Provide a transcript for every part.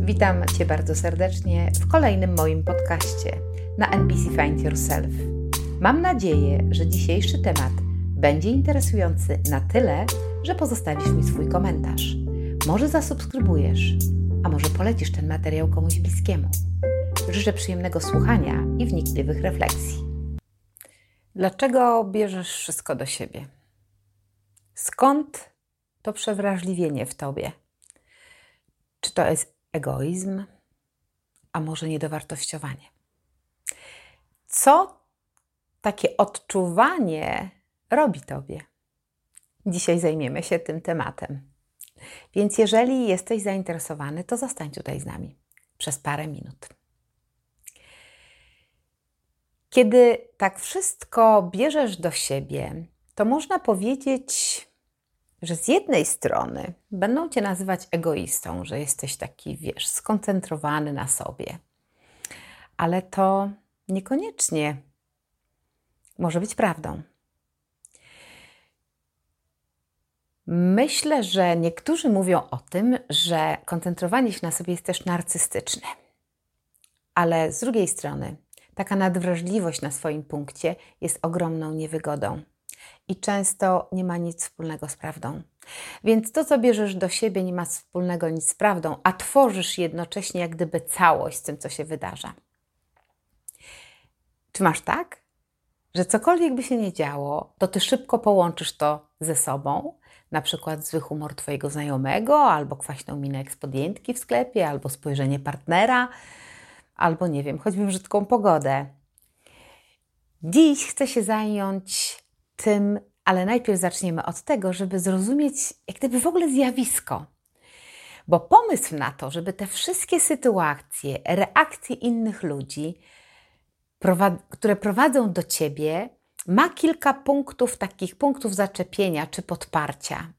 Witam Cię bardzo serdecznie w kolejnym moim podcaście na NBC Find Yourself. Mam nadzieję, że dzisiejszy temat będzie interesujący na tyle, że pozostawisz mi swój komentarz. Może zasubskrybujesz, a może polecisz ten materiał komuś bliskiemu. Życzę przyjemnego słuchania i wnikliwych refleksji. Dlaczego bierzesz wszystko do siebie? Skąd to przewrażliwienie w Tobie? Czy to jest egoizm, a może niedowartościowanie? Co takie odczuwanie robi Tobie? Dzisiaj zajmiemy się tym tematem. Więc jeżeli jesteś zainteresowany, to zostań tutaj z nami przez parę minut. Kiedy tak wszystko bierzesz do siebie, to można powiedzieć, że z jednej strony będą Cię nazywać egoistą, że jesteś taki, skoncentrowany na sobie. Ale to niekoniecznie może być prawdą. Myślę, że niektórzy mówią o tym, że koncentrowanie się na sobie jest też narcystyczne. Ale z drugiej strony taka nadwrażliwość na swoim punkcie jest ogromną niewygodą. I często nie ma nic wspólnego z prawdą. Więc to, co bierzesz do siebie, nie ma wspólnego nic z prawdą, a tworzysz jednocześnie jak gdyby całość z tym, co się wydarza. Czy masz tak, że cokolwiek by się nie działo, to ty szybko połączysz to ze sobą, na przykład zły humor twojego znajomego, albo kwaśną minę ekspedientki w sklepie, albo spojrzenie partnera, albo nie wiem, choćby brzydką pogodę. Dziś chcę się zająć tym, ale najpierw zaczniemy od tego, żeby zrozumieć jak gdyby w ogóle zjawisko. Bo pomysł na to, żeby te wszystkie sytuacje, reakcje innych ludzi, które prowadzą do Ciebie, ma kilka punktów, takich punktów zaczepienia czy podparcia.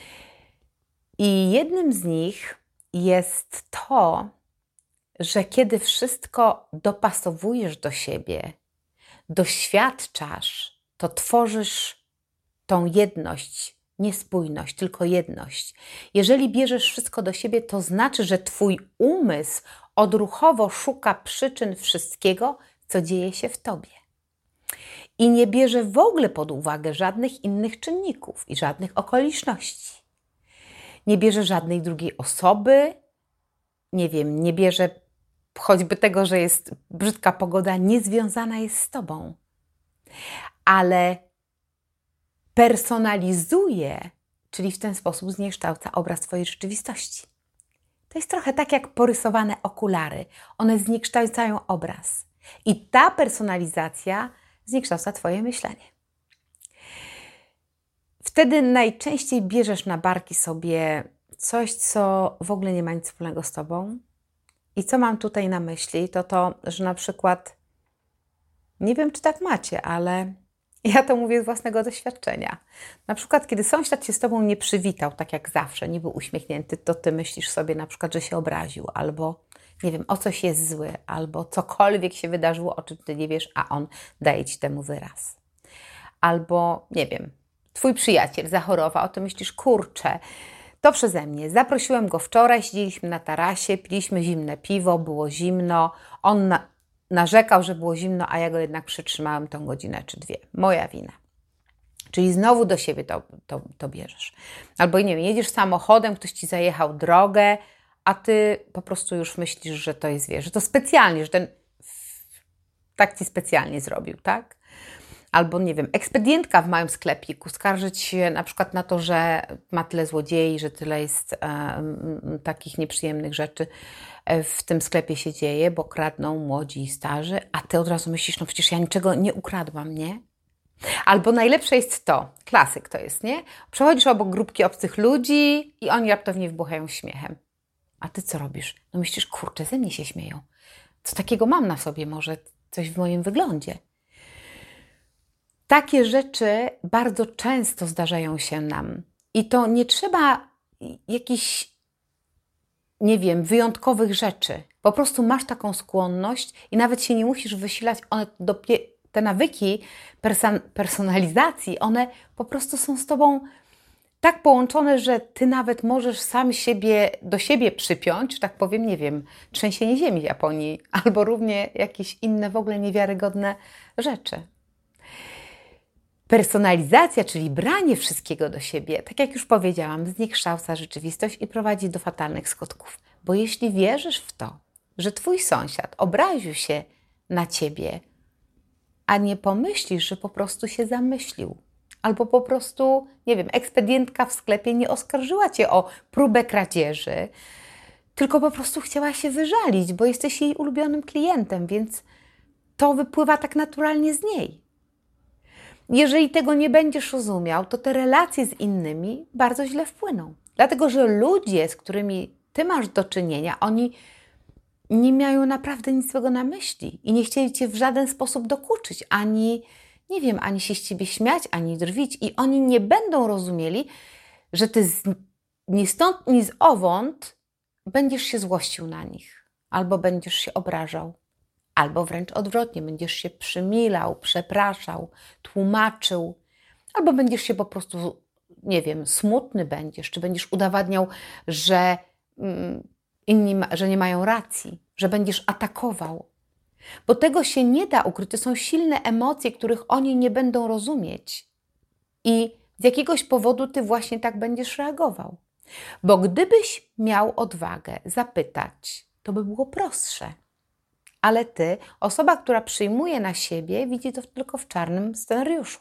I jednym z nich jest to, że kiedy wszystko dopasowujesz do siebie, doświadczasz, to tworzysz tą jedność, nie spójność, tylko jedność. Jeżeli bierzesz wszystko do siebie, to znaczy, że Twój umysł odruchowo szuka przyczyn wszystkiego, co dzieje się w Tobie. I nie bierze w ogóle pod uwagę żadnych innych czynników i żadnych okoliczności. Nie bierze żadnej drugiej osoby, nie bierze choćby tego, że jest brzydka pogoda, niezwiązana jest z Tobą. Ale personalizuje, czyli w ten sposób zniekształca obraz Twojej rzeczywistości. To jest trochę tak jak porysowane okulary. One zniekształcają obraz. I ta personalizacja zniekształca Twoje myślenie. Wtedy najczęściej bierzesz na barki sobie coś, co w ogóle nie ma nic wspólnego z Tobą. I co mam tutaj na myśli, to, że na przykład, nie wiem, czy tak macie, ale ja to mówię z własnego doświadczenia. Na przykład, kiedy sąsiad się z Tobą nie przywitał, tak jak zawsze, nie był uśmiechnięty, to Ty myślisz sobie na przykład, że się obraził, albo nie wiem, o coś jest zły, albo cokolwiek się wydarzyło, o czym Ty nie wiesz, a on daje Ci temu wyraz. Albo, nie wiem, Twój przyjaciel zachorował, to myślisz, kurczę, to przeze mnie. Zaprosiłem go wczoraj, siedzieliśmy na tarasie, piliśmy zimne piwo, było zimno. On narzekał, że było zimno, a ja go jednak przytrzymałem tą godzinę czy dwie. Moja wina. Czyli znowu do siebie to bierzesz. Albo nie wiem, jedziesz samochodem, ktoś Ci zajechał drogę, a Ty po prostu już myślisz, że to jest, że to specjalnie, że ten tak Ci specjalnie zrobił, tak? Albo, nie wiem, ekspedientka w małym sklepiku skarżyć się na przykład na to, że ma tyle złodziei, że tyle jest takich nieprzyjemnych rzeczy w tym sklepie się dzieje, bo kradną młodzi i starzy, a Ty od razu myślisz, no przecież ja niczego nie ukradłam, nie? Albo najlepsze jest to, klasyk to jest, nie? Przechodzisz obok grupki obcych ludzi i oni raptownie wybuchają śmiechem. A Ty co robisz? No myślisz, kurczę, ze mnie się śmieją. Co takiego mam na sobie, może coś w moim wyglądzie? Takie rzeczy bardzo często zdarzają się nam. I to nie trzeba jakichś, nie wiem, wyjątkowych rzeczy. Po prostu masz taką skłonność i nawet się nie musisz wysilać. Te nawyki personalizacji, one po prostu są z Tobą tak połączone, że Ty nawet możesz sam siebie do siebie przypiąć, że tak powiem, nie wiem, trzęsienie ziemi w Japonii albo równie jakieś inne w ogóle niewiarygodne rzeczy. Personalizacja, czyli branie wszystkiego do siebie, tak jak już powiedziałam, zniekształca rzeczywistość i prowadzi do fatalnych skutków. Bo jeśli wierzysz w to, że Twój sąsiad obraził się na Ciebie, a nie pomyślisz, że po prostu się zamyślił, albo po prostu, nie wiem, ekspedientka w sklepie nie oskarżyła Cię o próbę kradzieży, tylko po prostu chciała się wyżalić, bo jesteś jej ulubionym klientem, więc to wypływa tak naturalnie z niej. Jeżeli tego nie będziesz rozumiał, to te relacje z innymi bardzo źle wpłyną. Dlatego, że ludzie, z którymi Ty masz do czynienia, oni nie mają naprawdę nic złego na myśli i nie chcieli Cię w żaden sposób dokuczyć, ani, nie wiem, ani się z Ciebie śmiać, ani drwić. I oni nie będą rozumieli, że Ty ni stąd, ni zowąd będziesz się złościł na nich, albo będziesz się obrażał, albo wręcz odwrotnie, będziesz się przymilał, przepraszał, tłumaczył, albo będziesz się po prostu, nie wiem, smutny będziesz, czy będziesz udowadniał, że inni, że nie mają racji, że będziesz atakował. Bo tego się nie da ukryć. To są silne emocje, których oni nie będą rozumieć. I z jakiegoś powodu Ty właśnie tak będziesz reagował. Bo gdybyś miał odwagę zapytać, to by było prostsze. Ale Ty, osoba, która przyjmuje na siebie, widzi to tylko w czarnym scenariuszu.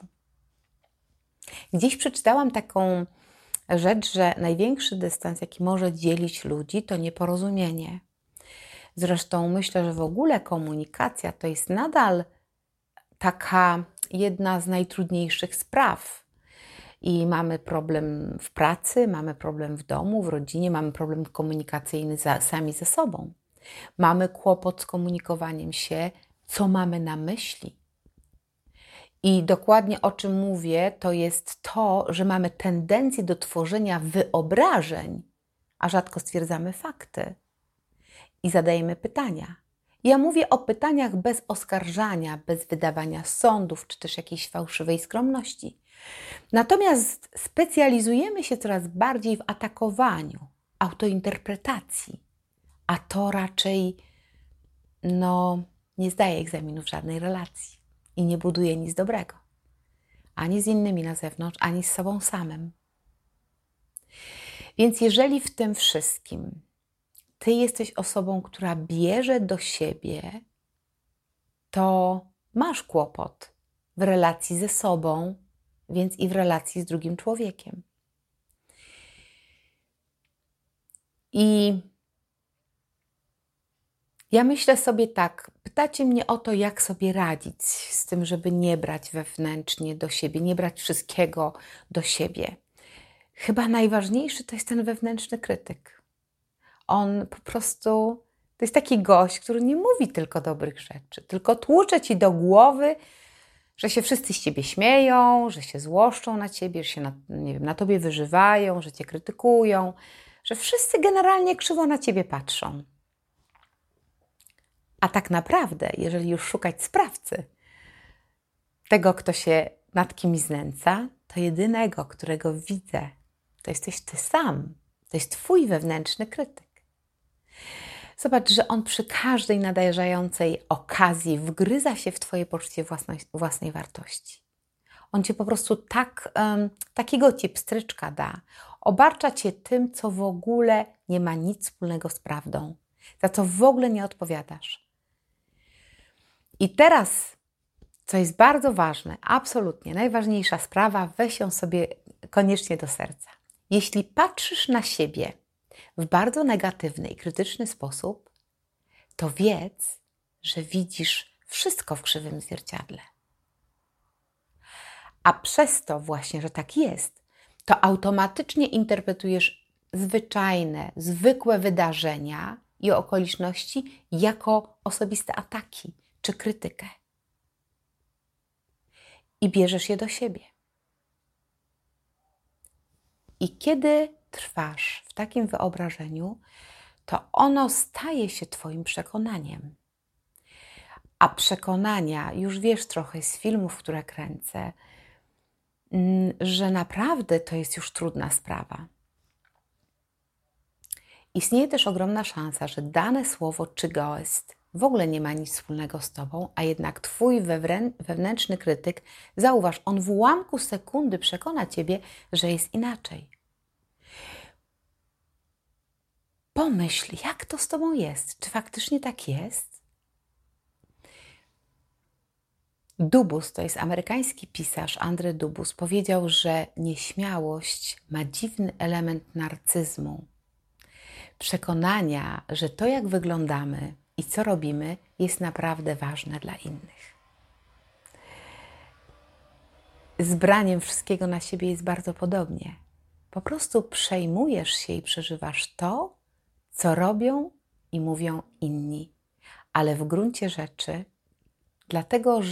Gdzieś przeczytałam taką rzecz, że największy dystans, jaki może dzielić ludzi, to nieporozumienie. Zresztą myślę, że w ogóle komunikacja to jest nadal taka jedna z najtrudniejszych spraw. I mamy problem w pracy, mamy problem w domu, w rodzinie, mamy problem komunikacyjny sami ze sobą. Mamy kłopot z komunikowaniem się, co mamy na myśli. I dokładnie o czym mówię, to jest to, że mamy tendencję do tworzenia wyobrażeń, a rzadko stwierdzamy fakty i zadajemy pytania. Ja mówię o pytaniach bez oskarżania, bez wydawania sądów, czy też jakiejś fałszywej skromności. Natomiast specjalizujemy się coraz bardziej w atakowaniu, autointerpretacji, a to raczej nie zdaje egzaminu w żadnej relacji i nie buduje nic dobrego. Ani z innymi na zewnątrz, ani z sobą samym. Więc jeżeli w tym wszystkim Ty jesteś osobą, która bierze do siebie, to masz kłopot w relacji ze sobą, więc i w relacji z drugim człowiekiem. I ja myślę sobie tak, pytacie mnie o to, jak sobie radzić z tym, żeby nie brać wewnętrznie do siebie, nie brać wszystkiego do siebie. Chyba najważniejszy to jest ten wewnętrzny krytyk. On po prostu, to jest taki gość, który nie mówi tylko dobrych rzeczy, tylko tłucze Ci do głowy, że się wszyscy z Ciebie śmieją, że się złoszczą na Ciebie, że się na Tobie wyżywają, że Cię krytykują, że wszyscy generalnie krzywo na Ciebie patrzą. A tak naprawdę, jeżeli już szukać sprawcy, tego, kto się nad kimś znęca, to jedynego, którego widzę, to jesteś Ty sam. To jest Twój wewnętrzny krytyk. Zobacz, że on przy każdej nadarzającej okazji wgryza się w Twoje poczucie własnej wartości. On Cię po prostu takiego Ci pstryczka da. Obarcza Cię tym, co w ogóle nie ma nic wspólnego z prawdą. Za co w ogóle nie odpowiadasz. I teraz, co jest bardzo ważne, absolutnie najważniejsza sprawa, weź ją sobie koniecznie do serca. Jeśli patrzysz na siebie w bardzo negatywny i krytyczny sposób, to wiedz, że widzisz wszystko w krzywym zwierciadle. A przez to właśnie, że tak jest, to automatycznie interpretujesz zwykłe wydarzenia i okoliczności jako osobiste ataki czy krytykę. I bierzesz je do siebie. I kiedy trwasz w takim wyobrażeniu, to ono staje się Twoim przekonaniem. A przekonania, już wiesz trochę z filmów, które kręcę, że naprawdę to jest już trudna sprawa. Istnieje też ogromna szansa, że dane słowo czy gest w ogóle nie ma nic wspólnego z Tobą, a jednak Twój wewnętrzny krytyk, zauważ, on w ułamku sekundy przekona Ciebie, że jest inaczej. Pomyśl, jak to z Tobą jest? Czy faktycznie tak jest? Dubus, to jest amerykański pisarz André Dubus, powiedział, że nieśmiałość ma dziwny element narcyzmu. Przekonania, że to, jak wyglądamy i co robimy, jest naprawdę ważne dla innych. Z braniem wszystkiego na siebie jest bardzo podobnie. Po prostu przejmujesz się i przeżywasz to, co robią i mówią inni. Ale w gruncie rzeczy, dlatego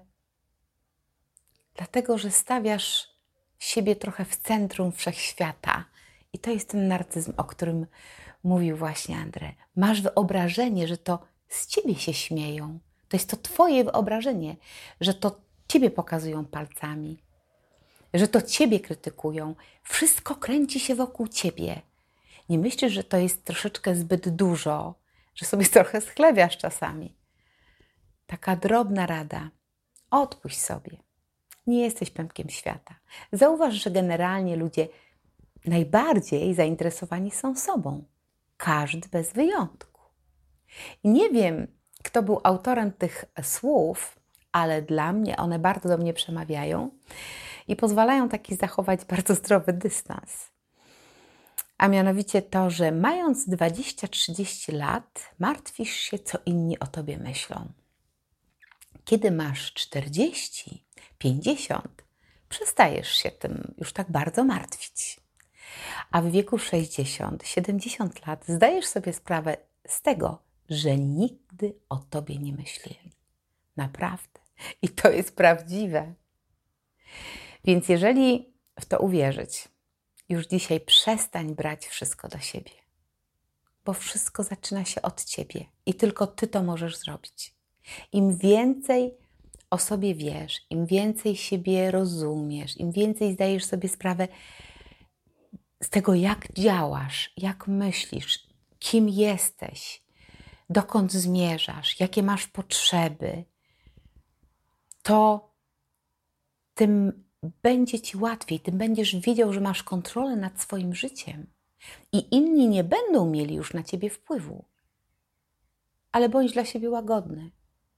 że stawiasz siebie trochę w centrum wszechświata. I to jest ten narcyzm, o którym mówił właśnie André. Masz wyobrażenie, że to z Ciebie się śmieją. To jest to Twoje wyobrażenie, że to Ciebie pokazują palcami, że to Ciebie krytykują. Wszystko kręci się wokół Ciebie. Nie myślisz, że to jest troszeczkę zbyt dużo, że sobie trochę schlebiasz czasami. Taka drobna rada. Odpuść sobie. Nie jesteś pępkiem świata. Zauważ, że generalnie ludzie najbardziej zainteresowani są sobą. Każdy bez wyjątku. I nie wiem, kto był autorem tych słów, ale dla mnie one bardzo do mnie przemawiają i pozwalają taki zachować bardzo zdrowy dystans. A mianowicie to, że mając 20-30 lat, martwisz się, co inni o tobie myślą. Kiedy masz 40, 50, przestajesz się tym już tak bardzo martwić. A w wieku 60, 70 lat zdajesz sobie sprawę z tego, że nigdy o tobie nie myśleli. Naprawdę. I to jest prawdziwe. Więc jeżeli w to uwierzyć, już dzisiaj przestań brać wszystko do siebie. Bo wszystko zaczyna się od Ciebie i tylko Ty to możesz zrobić. Im więcej o sobie wiesz, im więcej siebie rozumiesz, im więcej zdajesz sobie sprawę z tego, jak działasz, jak myślisz, kim jesteś, dokąd zmierzasz, jakie masz potrzeby, to tym będzie Ci łatwiej, tym będziesz wiedział, że masz kontrolę nad swoim życiem i inni nie będą mieli już na Ciebie wpływu. Ale bądź dla siebie łagodny.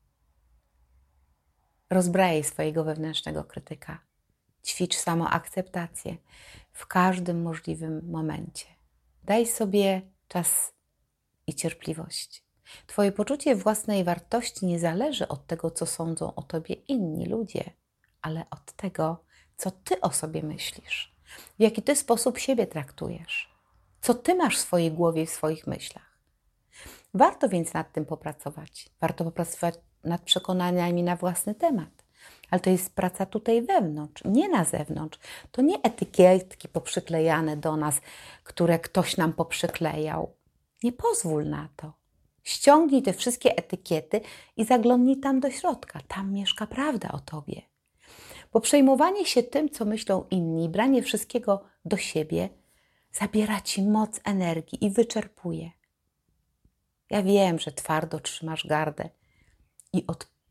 Rozbrajaj swojego wewnętrznego krytyka. Ćwicz samoakceptację w każdym możliwym momencie. Daj sobie czas i cierpliwość. Twoje poczucie własnej wartości nie zależy od tego, co sądzą o Tobie inni ludzie, ale od tego, co Ty o sobie myślisz, w jaki Ty sposób siebie traktujesz, co Ty masz w swojej głowie i w swoich myślach. Warto więc nad tym popracować. Warto popracować nad przekonaniami na własny temat. Ale to jest praca tutaj wewnątrz, nie na zewnątrz. To nie etykietki poprzyklejane do nas, które ktoś nam poprzyklejał. Nie pozwól na to. Ściągnij te wszystkie etykiety i zaglądnij tam do środka. Tam mieszka prawda o Tobie. Bo przejmowanie się tym, co myślą inni, branie wszystkiego do siebie, zabiera Ci moc energii i wyczerpuje. Ja wiem, że twardo trzymasz gardę i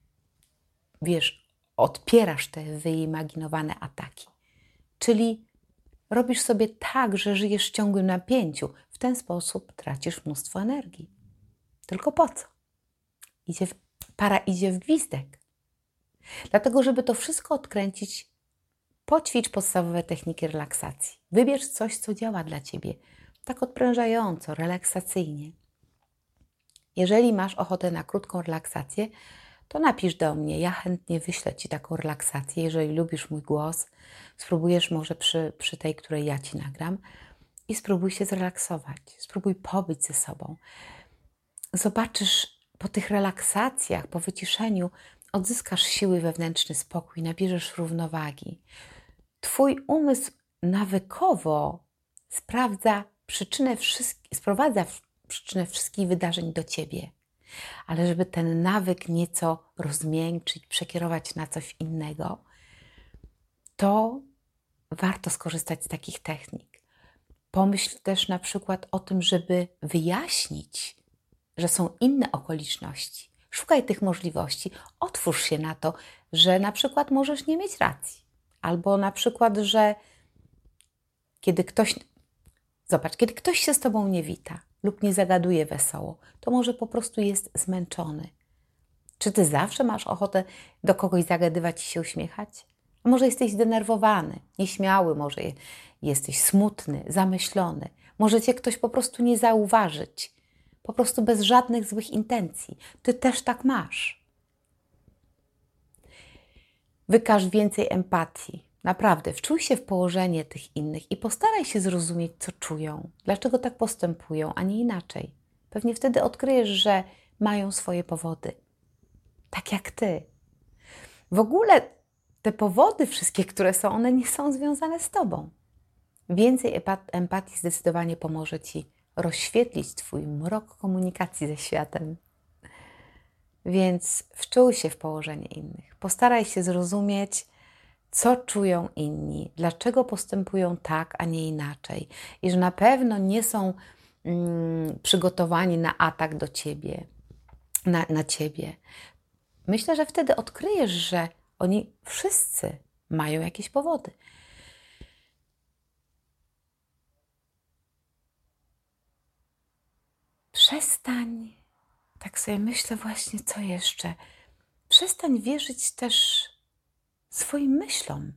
odpierasz te wyimaginowane ataki. Czyli robisz sobie tak, że żyjesz w ciągłym napięciu. W ten sposób tracisz mnóstwo energii. Tylko po co? Para idzie w gwizdek. Dlatego, żeby to wszystko odkręcić, poćwicz podstawowe techniki relaksacji. Wybierz coś, co działa dla Ciebie. Tak odprężająco, relaksacyjnie. Jeżeli masz ochotę na krótką relaksację, to napisz do mnie. Ja chętnie wyślę Ci taką relaksację. Jeżeli lubisz mój głos, spróbujesz może przy tej, której ja Ci nagram i spróbuj się zrelaksować. Spróbuj pobyć ze sobą. Zobaczysz po tych relaksacjach, po wyciszeniu, odzyskasz siły, wewnętrzny spokój, nabierzesz równowagi. Twój umysł nawykowo sprowadza przyczynę wszystkich wydarzeń do Ciebie. Ale żeby ten nawyk nieco rozmiękczyć, przekierować na coś innego, to warto skorzystać z takich technik. Pomyśl też na przykład o tym, żeby wyjaśnić, że są inne okoliczności. Szukaj tych możliwości, otwórz się na to, że na przykład możesz nie mieć racji. Albo na przykład, że kiedy ktoś się z Tobą nie wita lub nie zagaduje wesoło, to może po prostu jest zmęczony. Czy Ty zawsze masz ochotę do kogoś zagadywać i się uśmiechać? A może jesteś zdenerwowany, nieśmiały, może jesteś smutny, zamyślony. Może Cię ktoś po prostu nie zauważyć, po prostu bez żadnych złych intencji. Ty też tak masz. Wykaż więcej empatii. Naprawdę, wczuj się w położenie tych innych i postaraj się zrozumieć, co czują, dlaczego tak postępują, a nie inaczej. Pewnie wtedy odkryjesz, że mają swoje powody. Tak jak Ty. W ogóle te powody wszystkie, które są, one nie są związane z Tobą. Więcej empatii zdecydowanie pomoże Ci rozświetlić Twój mrok komunikacji ze światem. Więc wczuj się w położenie innych. Postaraj się zrozumieć, co czują inni, dlaczego postępują tak, a nie inaczej. I że na pewno nie są przygotowani na atak do Ciebie, na Ciebie. Myślę, że wtedy odkryjesz, że oni wszyscy mają jakieś powody. Przestań, tak sobie myślę właśnie, co jeszcze. Przestań wierzyć też swoim myślom,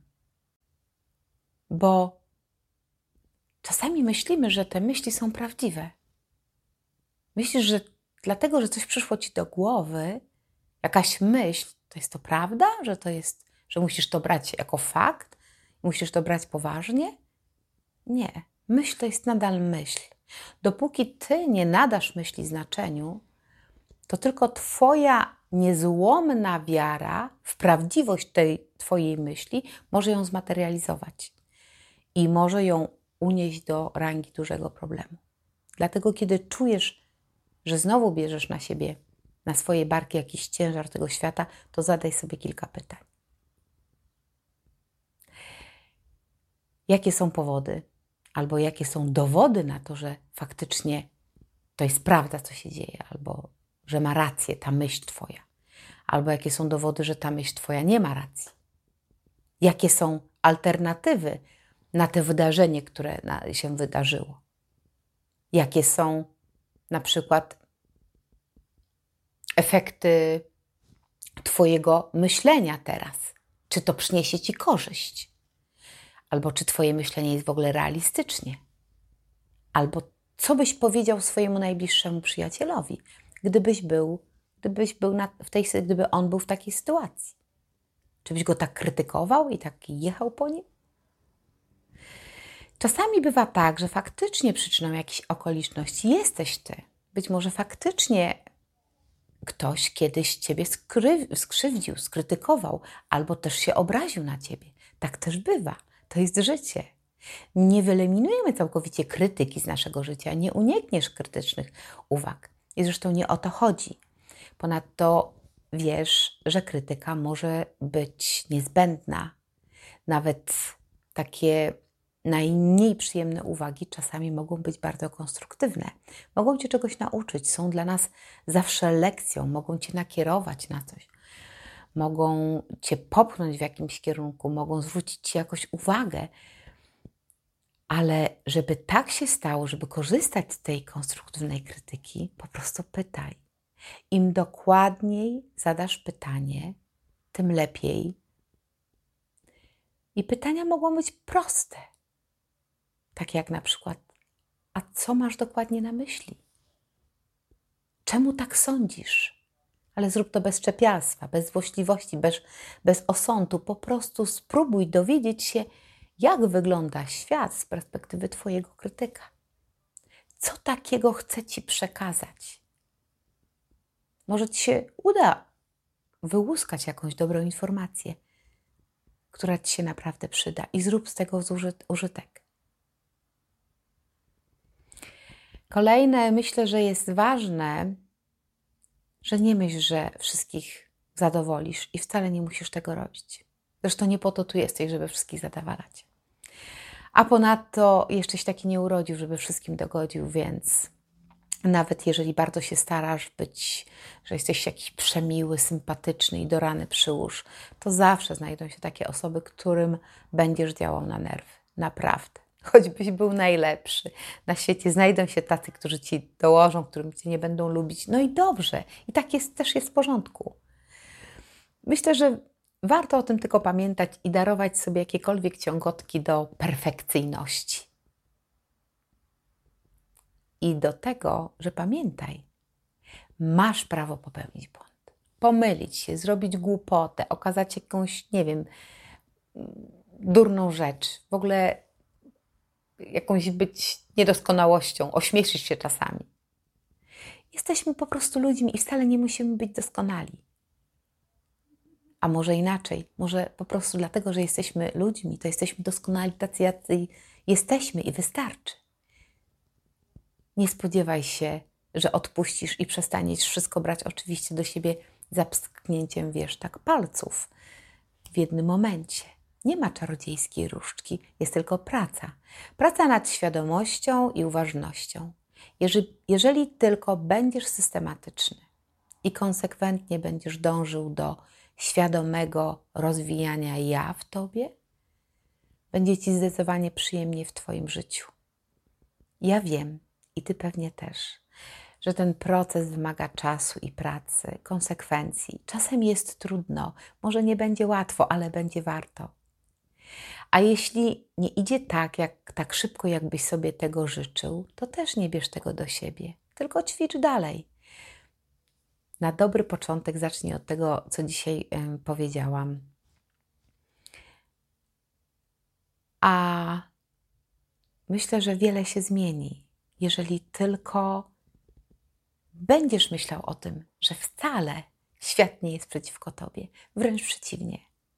bo czasami myślimy, że te myśli są prawdziwe. Myślisz, że dlatego, że coś przyszło Ci do głowy, jakaś myśl, to jest to prawda? Że musisz to brać jako fakt? Musisz to brać poważnie? Nie. Myśl to jest nadal myśl. Dopóki Ty nie nadasz myśli znaczeniu, to tylko Twoja niezłomna wiara w prawdziwość tej Twojej myśli może ją zmaterializować i może ją unieść do rangi dużego problemu. Dlatego, kiedy czujesz, że znowu bierzesz na siebie, na swoje barki jakiś ciężar tego świata, to zadaj sobie kilka pytań. Jakie są powody? Albo jakie są dowody na to, że faktycznie to jest prawda, co się dzieje, albo że ma rację ta myśl Twoja, albo jakie są dowody, że ta myśl Twoja nie ma racji. Jakie są alternatywy na te wydarzenie, które się wydarzyło. Jakie są na przykład efekty Twojego myślenia teraz. Czy to przyniesie Ci korzyść? Albo czy Twoje myślenie jest w ogóle realistycznie? Albo co byś powiedział swojemu najbliższemu przyjacielowi, gdyby on był w takiej sytuacji? Czy byś go tak krytykował i tak jechał po nim? Czasami bywa tak, że faktycznie przyczyną jakichś okoliczności jesteś Ty. Być może faktycznie ktoś kiedyś Ciebie skrzywdził, skrytykował, albo też się obraził na Ciebie. Tak też bywa. To jest życie. Nie wyeliminujemy całkowicie krytyki z naszego życia. Nie unikniesz krytycznych uwag. I zresztą nie o to chodzi. Ponadto wiesz, że krytyka może być niezbędna. Nawet takie najmniej przyjemne uwagi czasami mogą być bardzo konstruktywne. Mogą Cię czegoś nauczyć, są dla nas zawsze lekcją, mogą Cię nakierować na coś, mogą Cię popchnąć w jakimś kierunku, mogą zwrócić Ci jakąś uwagę. Ale żeby tak się stało, żeby korzystać z tej konstruktywnej krytyki, po prostu pytaj. Im dokładniej zadasz pytanie, tym lepiej. I pytania mogą być proste. Takie jak na przykład, a co masz dokładnie na myśli? Czemu tak sądzisz? Ale zrób to bez czepialstwa, bez złośliwości, bez osądu. Po prostu spróbuj dowiedzieć się, jak wygląda świat z perspektywy Twojego krytyka. Co takiego chce Ci przekazać? Może Ci się uda wyłuskać jakąś dobrą informację, która Ci się naprawdę przyda i zrób z tego użytek. Kolejne, myślę, że jest ważne, że nie myśl, że wszystkich zadowolisz i wcale nie musisz tego robić. Zresztą nie po to tu jesteś, żeby wszystkich zadowalać. A ponadto jeszcze się taki nie urodził, żeby wszystkim dogodził, więc nawet jeżeli bardzo się starasz być, że jesteś jakiś przemiły, sympatyczny i do rany przyłóż, to zawsze znajdą się takie osoby, którym będziesz działał na nerwy. Naprawdę. Choćbyś był najlepszy. Na świecie znajdą się tacy, którzy Ci dołożą, którym Cię nie będą lubić. No i dobrze. I tak jest, też jest w porządku. Myślę, że warto o tym tylko pamiętać i darować sobie jakiekolwiek ciągotki do perfekcyjności. I do tego, że pamiętaj, masz prawo popełnić błąd, pomylić się, zrobić głupotę, okazać jakąś, nie wiem, durną rzecz, w ogóle jakąś być niedoskonałością, ośmieszyć się czasami. Jesteśmy po prostu ludźmi i wcale nie musimy być doskonali. A może inaczej, może po prostu dlatego, że jesteśmy ludźmi, to jesteśmy doskonali tacy, jacy jesteśmy i wystarczy. Nie spodziewaj się, że odpuścisz i przestaniesz wszystko brać oczywiście do siebie za psknięciem, tak palców w jednym momencie. Nie ma czarodziejskiej różdżki, jest tylko praca. Praca nad świadomością i uważnością. Jeżeli tylko będziesz systematyczny i konsekwentnie będziesz dążył do świadomego rozwijania ja w Tobie, będzie Ci zdecydowanie przyjemnie w Twoim życiu. Ja wiem, i Ty pewnie też, że ten proces wymaga czasu i pracy, konsekwencji. Czasem jest trudno, może nie będzie łatwo, ale będzie warto. A jeśli nie idzie tak szybko, jakbyś sobie tego życzył, to też nie bierz tego do siebie, tylko ćwicz dalej. Na dobry początek zacznij od tego, co dzisiaj powiedziałam. A myślę, że wiele się zmieni, jeżeli tylko będziesz myślał o tym, że wcale świat nie jest przeciwko Tobie. Wręcz przeciwnie.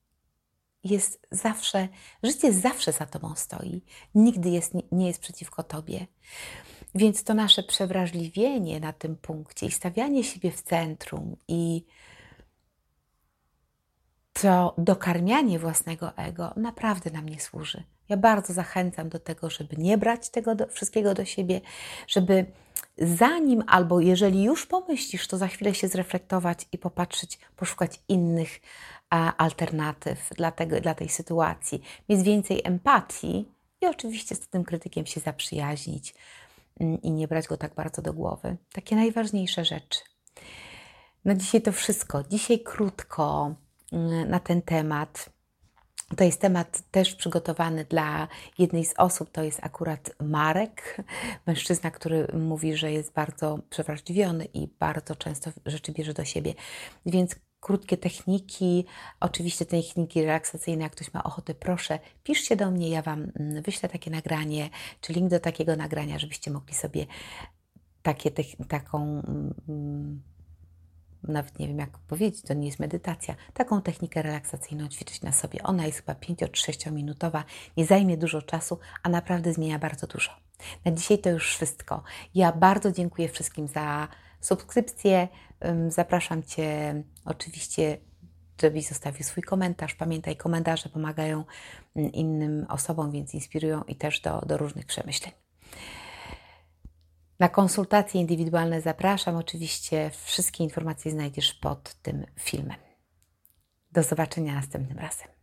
Życie zawsze za Tobą stoi. Nigdy nie jest przeciwko Tobie. Więc to nasze przewrażliwienie na tym punkcie i stawianie siebie w centrum i to dokarmianie własnego ego naprawdę nam nie służy. Ja bardzo zachęcam do tego, żeby nie brać tego wszystkiego do siebie, żeby zanim albo jeżeli już pomyślisz, to za chwilę się zreflektować i popatrzeć, poszukać innych alternatyw dla tej sytuacji. Mieć więcej empatii i oczywiście z tym krytykiem się zaprzyjaźnić i nie brać go tak bardzo do głowy. Takie najważniejsze rzeczy. Na dzisiaj to wszystko. Dzisiaj krótko na ten temat. To jest temat też przygotowany dla jednej z osób, to jest akurat Marek, mężczyzna, który mówi, że jest bardzo przewrażliwiony i bardzo często rzeczy bierze do siebie. Więc krótkie techniki, oczywiście techniki relaksacyjne, jak ktoś ma ochotę, proszę, piszcie do mnie, ja Wam wyślę takie nagranie, czy link do takiego nagrania, żebyście mogli sobie taką nawet nie wiem jak powiedzieć, to nie jest medytacja, taką technikę relaksacyjną ćwiczyć na sobie. Ona jest chyba 5-6 minutowa, nie zajmie dużo czasu, a naprawdę zmienia bardzo dużo. Na dzisiaj to już wszystko. Ja bardzo dziękuję wszystkim za subskrypcję. Zapraszam Cię oczywiście, żebyś zostawił swój komentarz. Pamiętaj, komentarze pomagają innym osobom, więc inspirują i też do różnych przemyśleń. Na konsultacje indywidualne zapraszam. Oczywiście wszystkie informacje znajdziesz pod tym filmem. Do zobaczenia następnym razem.